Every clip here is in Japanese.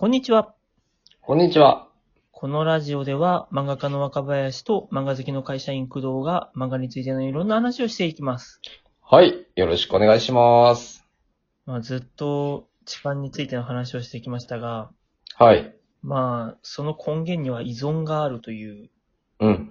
こんにちは。 こんにちは。 このラジオでは漫画家の若林と漫画好きの会社員工藤が漫画についてのいろんな話をしていきます。 はい。よろしくお願いします。 ずっと痴漢についての話をしてきましたが、 はい。 その根源には依存があるといううん。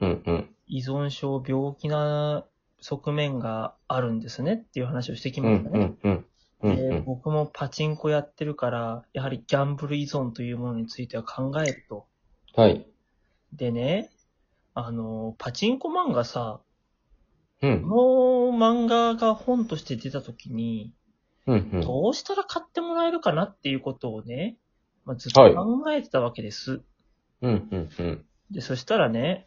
依存症、病気な側面があるんですねっていう話をしてきうましたね。 ん。 で、僕もパチンコやってるから、やはりギャンブル依存というものについては考えると。 はい。 でね、パチンコ漫画さ、 うん。 この漫画が本として出たときに、 うん。 どうしたら買ってもらえるかなっていうことをね、ずっとはい。 考えてたわけです。 うん。 で、そしたらね、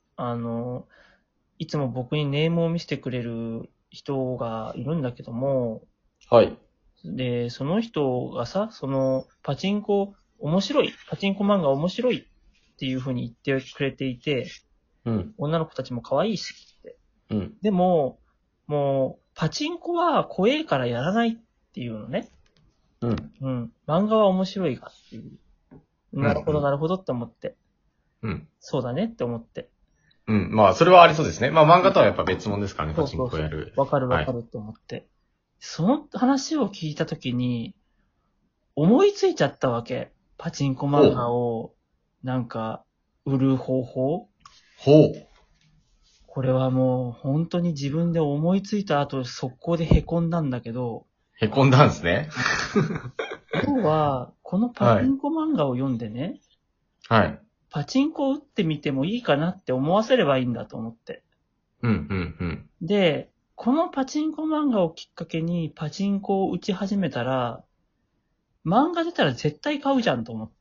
いつも僕にネームを見せてくれる人がいるんだけども、 はい。 で、その人がさ、パチンコ漫画面白いっていう風に言ってくれていて、 うん。 女の子たちも可愛いしって。 うん。 でも、もう、パチンコは怖えからやらないっていうのね。 うん。 うん。漫画は面白いがっていう。なるほど、なるほどって思って。 うん。 そうだねって思って。 うん。まあ、それはありそうですね。まあ、漫画とはやっぱ別物ですからね、パチンそうそうそう。 コやる。 わかるわはい。 かるって思って。その話を聞いたときに、思いついちゃったわけ。パチンコ漫画を、売る方法。 ほう。 これはもう、本当に自分で思いついた後、速攻で凹んだんだけど、 へこんだんですね。 今日は、このパチはい。 ンコ漫画を読んでね、 はい。 パチンコを打ってみてもいいかなって思わせればいいんだと思って。 うん。 で、このパチンコ漫画をきっかけにパチンコを打ち始めたら、漫画出たら絶対買うじゃんと思って。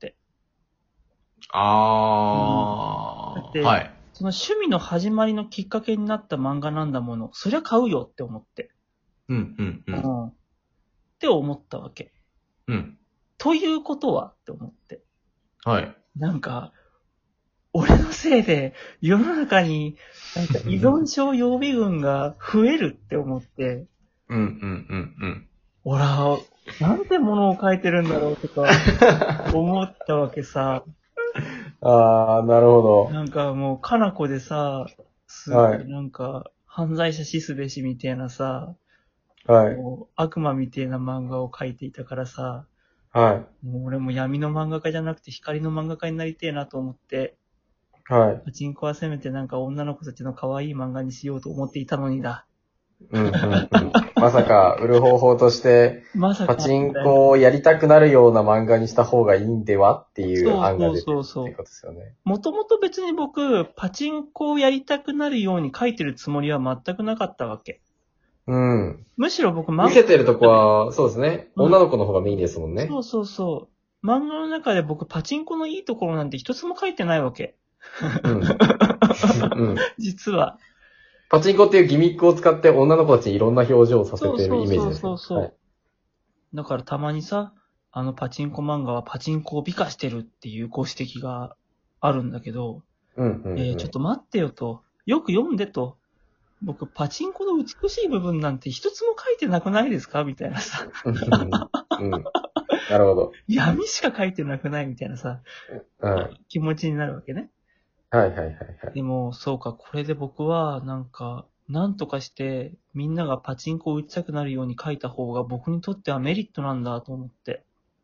だっはて、 い。 その趣味の始まりのきっかけになった漫画なんだもの。そりゃ買うよって思って。って思ったわけ。 うん。 ということはって思って。 はい。 なんか、俺のせいで世の中に依存症予備軍が増えるって思って、ほら、なんてものを書いてるんだろうとか思ったわけさ。 あー、なるほもう、かなこでさ、すごいはい犯罪者死すべしみたいなさ、 ど。はい。 もう悪魔みたいな漫画を描いていたからさ、 はもう俺も闇の漫画家じゃなくて光の漫画家になりてえなと思って、 い。はい。 パチンコはせめて女の子たちの可愛い漫画にしようと思っていたのにだ。 まさか、売る方法として、 まさか、 パチンみたいな。 コをやりたくなるような漫画にした方がいいんではっていう案が出てるってことですよね。 もともと別に僕、パチンコをやりたくなるように書いてるつもりは全くなかったわけ。 うん。 むしろ僕見せてるとこは、そうですね。 うん女の子の方がメインですもんね。 そう。漫画の中で僕、パチンコのいいところなんて一つも書いてないわけ。 うん。うん。 実は。 パチンコっていうギミックを使って女の子たちにいろんな表情をさせてるイメージですね。 そう。だからたまにさ、パチンコ漫画はパチンコを美化してるっていうご指摘があるんだけど、ちょっと待ってよと。よく読んでと。僕、パチンコの美しい部分なんて一つも書いてなくないですかみたいなさ。 うん。なるほど。 闇しか書いてなくないみたいなさ、 はい。 気持ちになるわけね。 はい。 でも、そうか、これで僕は、なんとかして、みんながパチンコを打ちたくなるように書いた方が僕にとってはメリットなんだと思って。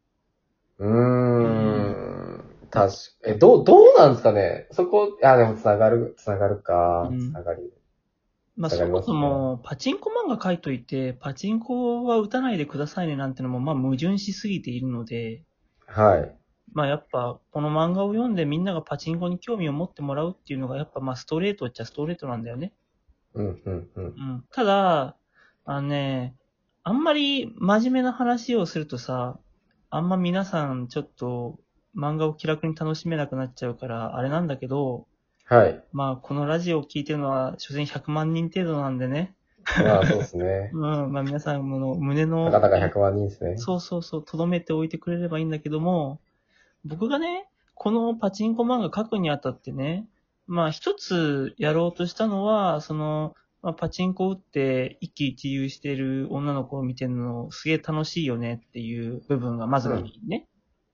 確か、どうなんですかね。そこ、でもつながるか。つながりそもますね。 そも、パチンコ漫画書いといて、パチンコは打たないでくださいねなんてのも、矛盾しすぎているので、 はい。 やっぱ、この漫画を読んでみんながパチンコに興味を持ってもらうっていうのが、やっぱストレートっちゃストレートなんだよね。ただ、あんまり真面目な話をするとさ、あんま皆さんちょっと漫画を気楽に楽しめなくなっちゃうから、あれなんだけど、 はい。 このラジオを聞いてるのは、所詮100万人程度なんでね。 まあ、そうですね。 皆さんの胸の、 たかだか100万人ですね。 そう、留めておいてくれればいいんだけども、僕がね、このパチンコ漫画書くにあたってね、一つやろうとしたのは、パチンコ打って一喜一憂してる女の子を見てるのすげえ楽しいよねっていう部分がまずメインね。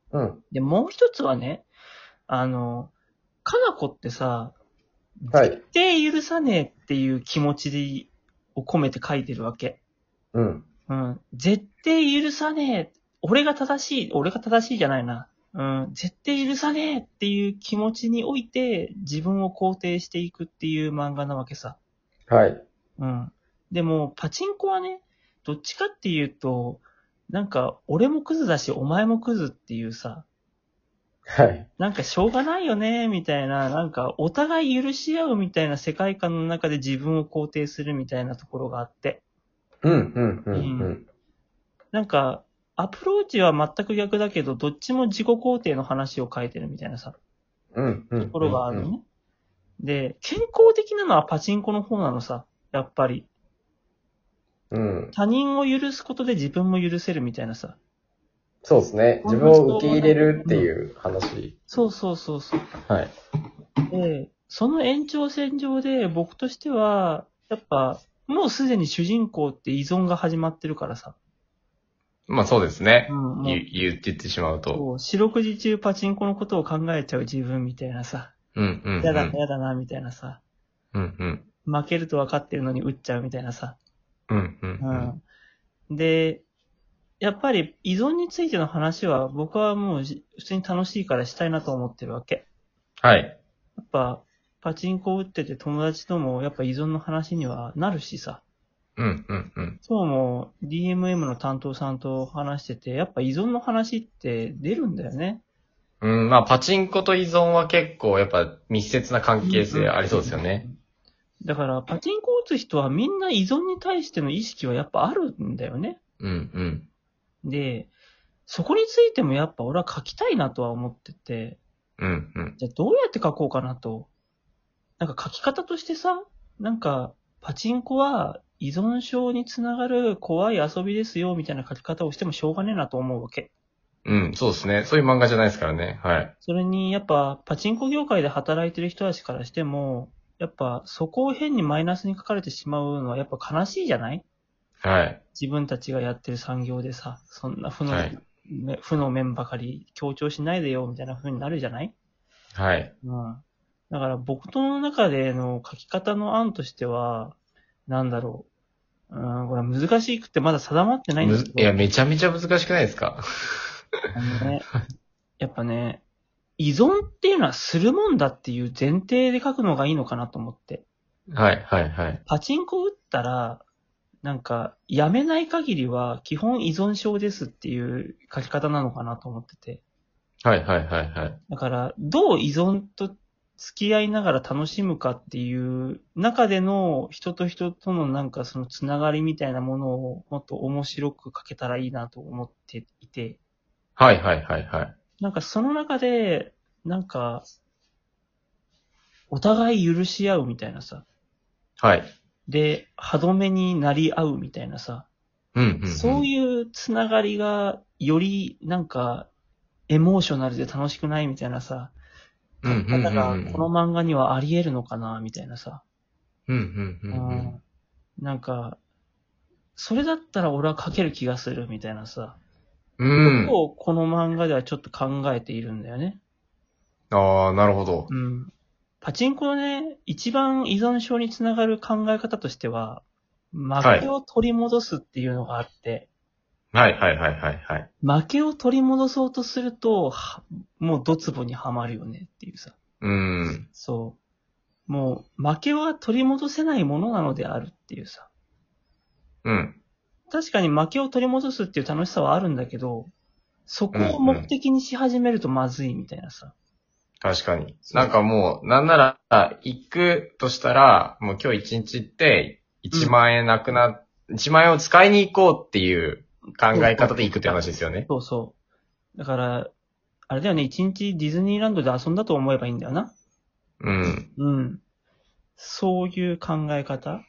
うん。 で、もう一つはね、かなこってさ、 はい。 絶対許さねえっていう気持ちを込めて書いてるわけ。 うん。 うん。絶対許さねえ。俺が正しいじゃないな。うん。絶対許さねえっていう気持ちにおいて自分を肯定していくっていう漫画なわけさ。 はい。 うん。でも、パチンコはね、どっちかっていうと、なんか、俺もクズだし、お前もクズっていうさ、 はい。 なんかしょうがないよね、みたいな、なんかお互い許し合うみたいな世界観の中で自分を肯定するみたいなところがあって。 うん、うん、うん、ううん。 ん。 なんか、アプローチは全く逆だけど、どっちも自己肯定の話を書いてるみたいなさ、 うん、うん、 ところうん、うん。 があるのね。で、健康的なのはパチンコの方なのさ、やっぱり。 うん。 他人を許すことで自分も許せるみたいなさ。 そうですね。 そんなし自分を受けょうもない。 入れるってうん。 いう話。 そうそうそうそう。 はい。 で、その延長線上で僕としては、やっぱ、もうすでに主人公って依存が始まってるからさ。 まあそうですね。 うん、もう、 言ってしまうと。 そう、四六時中パチンコのことを考えちゃう自分みたいなさ。 うん、うん、 やだな、 うん。 やだな、みたいなさ。 うん、うん。 負けると分かってるのに打っちゃうみたいなさ。 うん、うん、うん。 うん。で、やっぱり依存についての話は僕はもう普通に楽しいからしたいなと思ってるわけ。 はい。 やっぱ、パチンコ打ってて友達ともやっぱ依存の話にはなるしさ。 うん、うん、うん。 今日も DMM の担当さんと話してて、やっぱ依存の話って出るんだよね。 うん、まあパチンコと依存は結構やっぱ密接な関係性ありそうですよね。 だから、パチンコ打つ人はみんな依存に対しての意識はやっぱあるんだよね。 うん、うん。 で、そこについてもやっぱ俺は書きたいなとは思ってて、 うん、うん。 じゃあどうやって書こうかなと。なんか書き方としてさ、なんか、パチンコは依存症につながる怖い遊びですよ、みたいな書き方をしてもしょうがねえなと思うわけ。 うん、そうですね。そういう漫画じゃないですからね。はい。 それに、やっぱ、パチンコ業界で働いてる人たちからしても、やっぱ、そこを変にマイナスに書かれてしまうのはやっぱ悲しいじゃない？ はい。 自分たちがやってる産業でさ、そんなはい。 負の面ばかり強調しないでよ、みたいな風になるじゃない？ はい。 うん。だから僕の中での書き方の案としては、なんだろう。これは難しくてまだ定まってないんだけいや、 ど、 めちゃめちゃ難しくないですか？ ね、やっぱね、依存っていうのはするもんだっていう前提で書くのがいいのかなと思って。 はい、はい、はい。 パチンコ打ったら、なんか、やめない限りは基本依存症ですっていう書き方なのかなと思ってて。 はい、はい、はい、はい。 だから、どう依存と付き合いながら楽しむかっていう中での人と人とのなんかそのつながりみたいなものをもっと面白く書けたらいいなと思っていて、 はい、はい、はい、はい。 なんかその中で、なんか、お互い許し合うみたいなさ、 はい。 で、歯止めになり合うみたいなさ、 うん、うん、うそうん。 いうつながりがよりなんかエモーショナルで楽しくないみたいなさ、 うん、うん、 書きうん、う方がこのん。 漫画にはあり得るのかなみたいなさ。 うん、うん、ううん、 ん。なんか、それだったら俺は書ける気がするみたいなさ、 うん。 こうん。 とをこの漫画ではちょっと考えているんだよね。 ああ、なるほど。 うん。パチンコのね、一番依存症につながる考え方としては、負はい。 けを取り戻すっていうのがあって、 はい、はい、はい、はい、はい。 負けを取り戻そうとすると、もうドツボにはまるよねっていうさ。 うん。 そう。もう、負けは取り戻せないものなのであるっていうさ。 うん。 確かに負けを取り戻すっていう楽しさはあるんだけど、そうん、うこを目ん。 的にし始めるとまずいみたいなさ。 確かに。 そう。 なんかもう、なんなら、行くとしたら、もう今日一日行って、1 うん。 万円なくな、1万円を使いに行こうっていう考え方で行くってそう話ですよね。 そうそう。だから、あれだよね、一日ディズニーランドで遊んだと思えばいいんだよな。 うん。 うん。そういう考え方。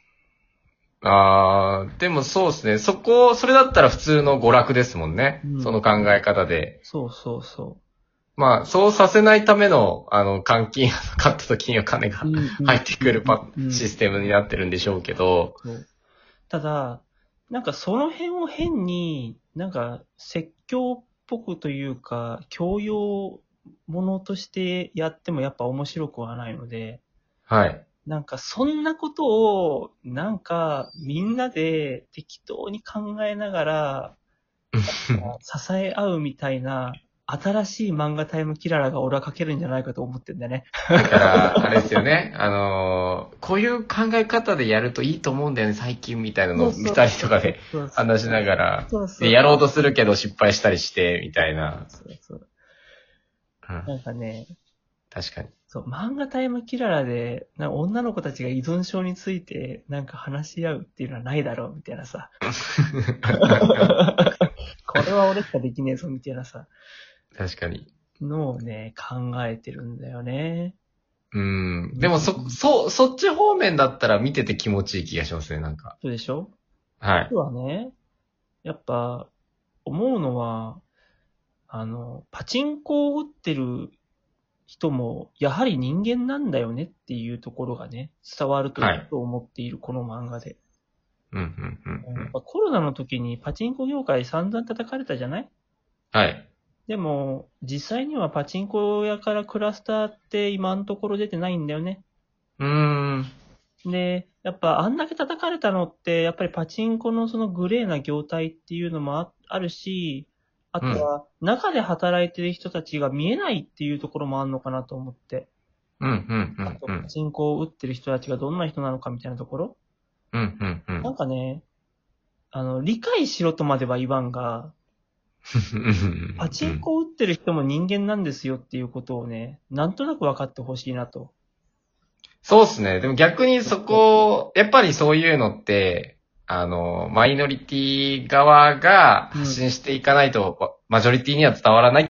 でもそうですね。それだったら普通の娯楽ですもんね。 うん。 その考え方で。 そうそうそまあ、そうさせないための、換金、買った時には金う。 がうんうん入ってくるうんシステムになってるんでしょうけど、 そう。ただ、なんかその辺を変に、なんか説教っぽくというか、教養ものとしてやってもやっぱ面白くはないので、 はい。 なんかそんなことを、なんかみんなで適当に考えながら、支え合うみたいな、新しい漫画タイムキララが俺は書けるんじゃないかと思ってんだよね。 だから、あれですよね。こういう考え方でやるといいと思うんだよね、最近みたいなのを見たりとかで話しながら、でやろうとするけど失敗したりして、みたいな。 なんかね、 確かに。 そう、漫画タイムキララで、女の子たちが依存症についてなんか話し合うっていうのはないだろうみたいなさ。これは俺しかできねえぞみたいなさ。 確かに。 のをね、考えてるんだよね。 でもそっち方面だったら見てて気持ちいい気がしますね、なんか。 そうでしょ？ はい。 そうはね、やっぱ、思うのは、パチンコを打ってる人も、やはり人間なんだよねっていうところがね、伝わると思っている、この漫画で。コロナの時にパチンコ業界散々叩かれたじゃない？ はい。 でも、実際にはパチンコ屋からクラスターって今のところ出てないんだよね。で、やっぱあんだけ叩かれたのって、やっぱりパチンコのそのグレーな業態っていうのもあるし、あとは中で働いてる人たちが見えないっていうところもあるのかなと思って。あとパチンコを打ってる人たちがどんな人なのかみたいなところ。なんかね、理解しろとまでは言わんが、パチンコを打ってる人も人間なんですよっていうことをね、なんとなく分かってほしいなと。 そうっすね。でも逆にそこ、やっぱりそういうのって、マイノリティ側が発信していかないと、マジョリティには伝わらない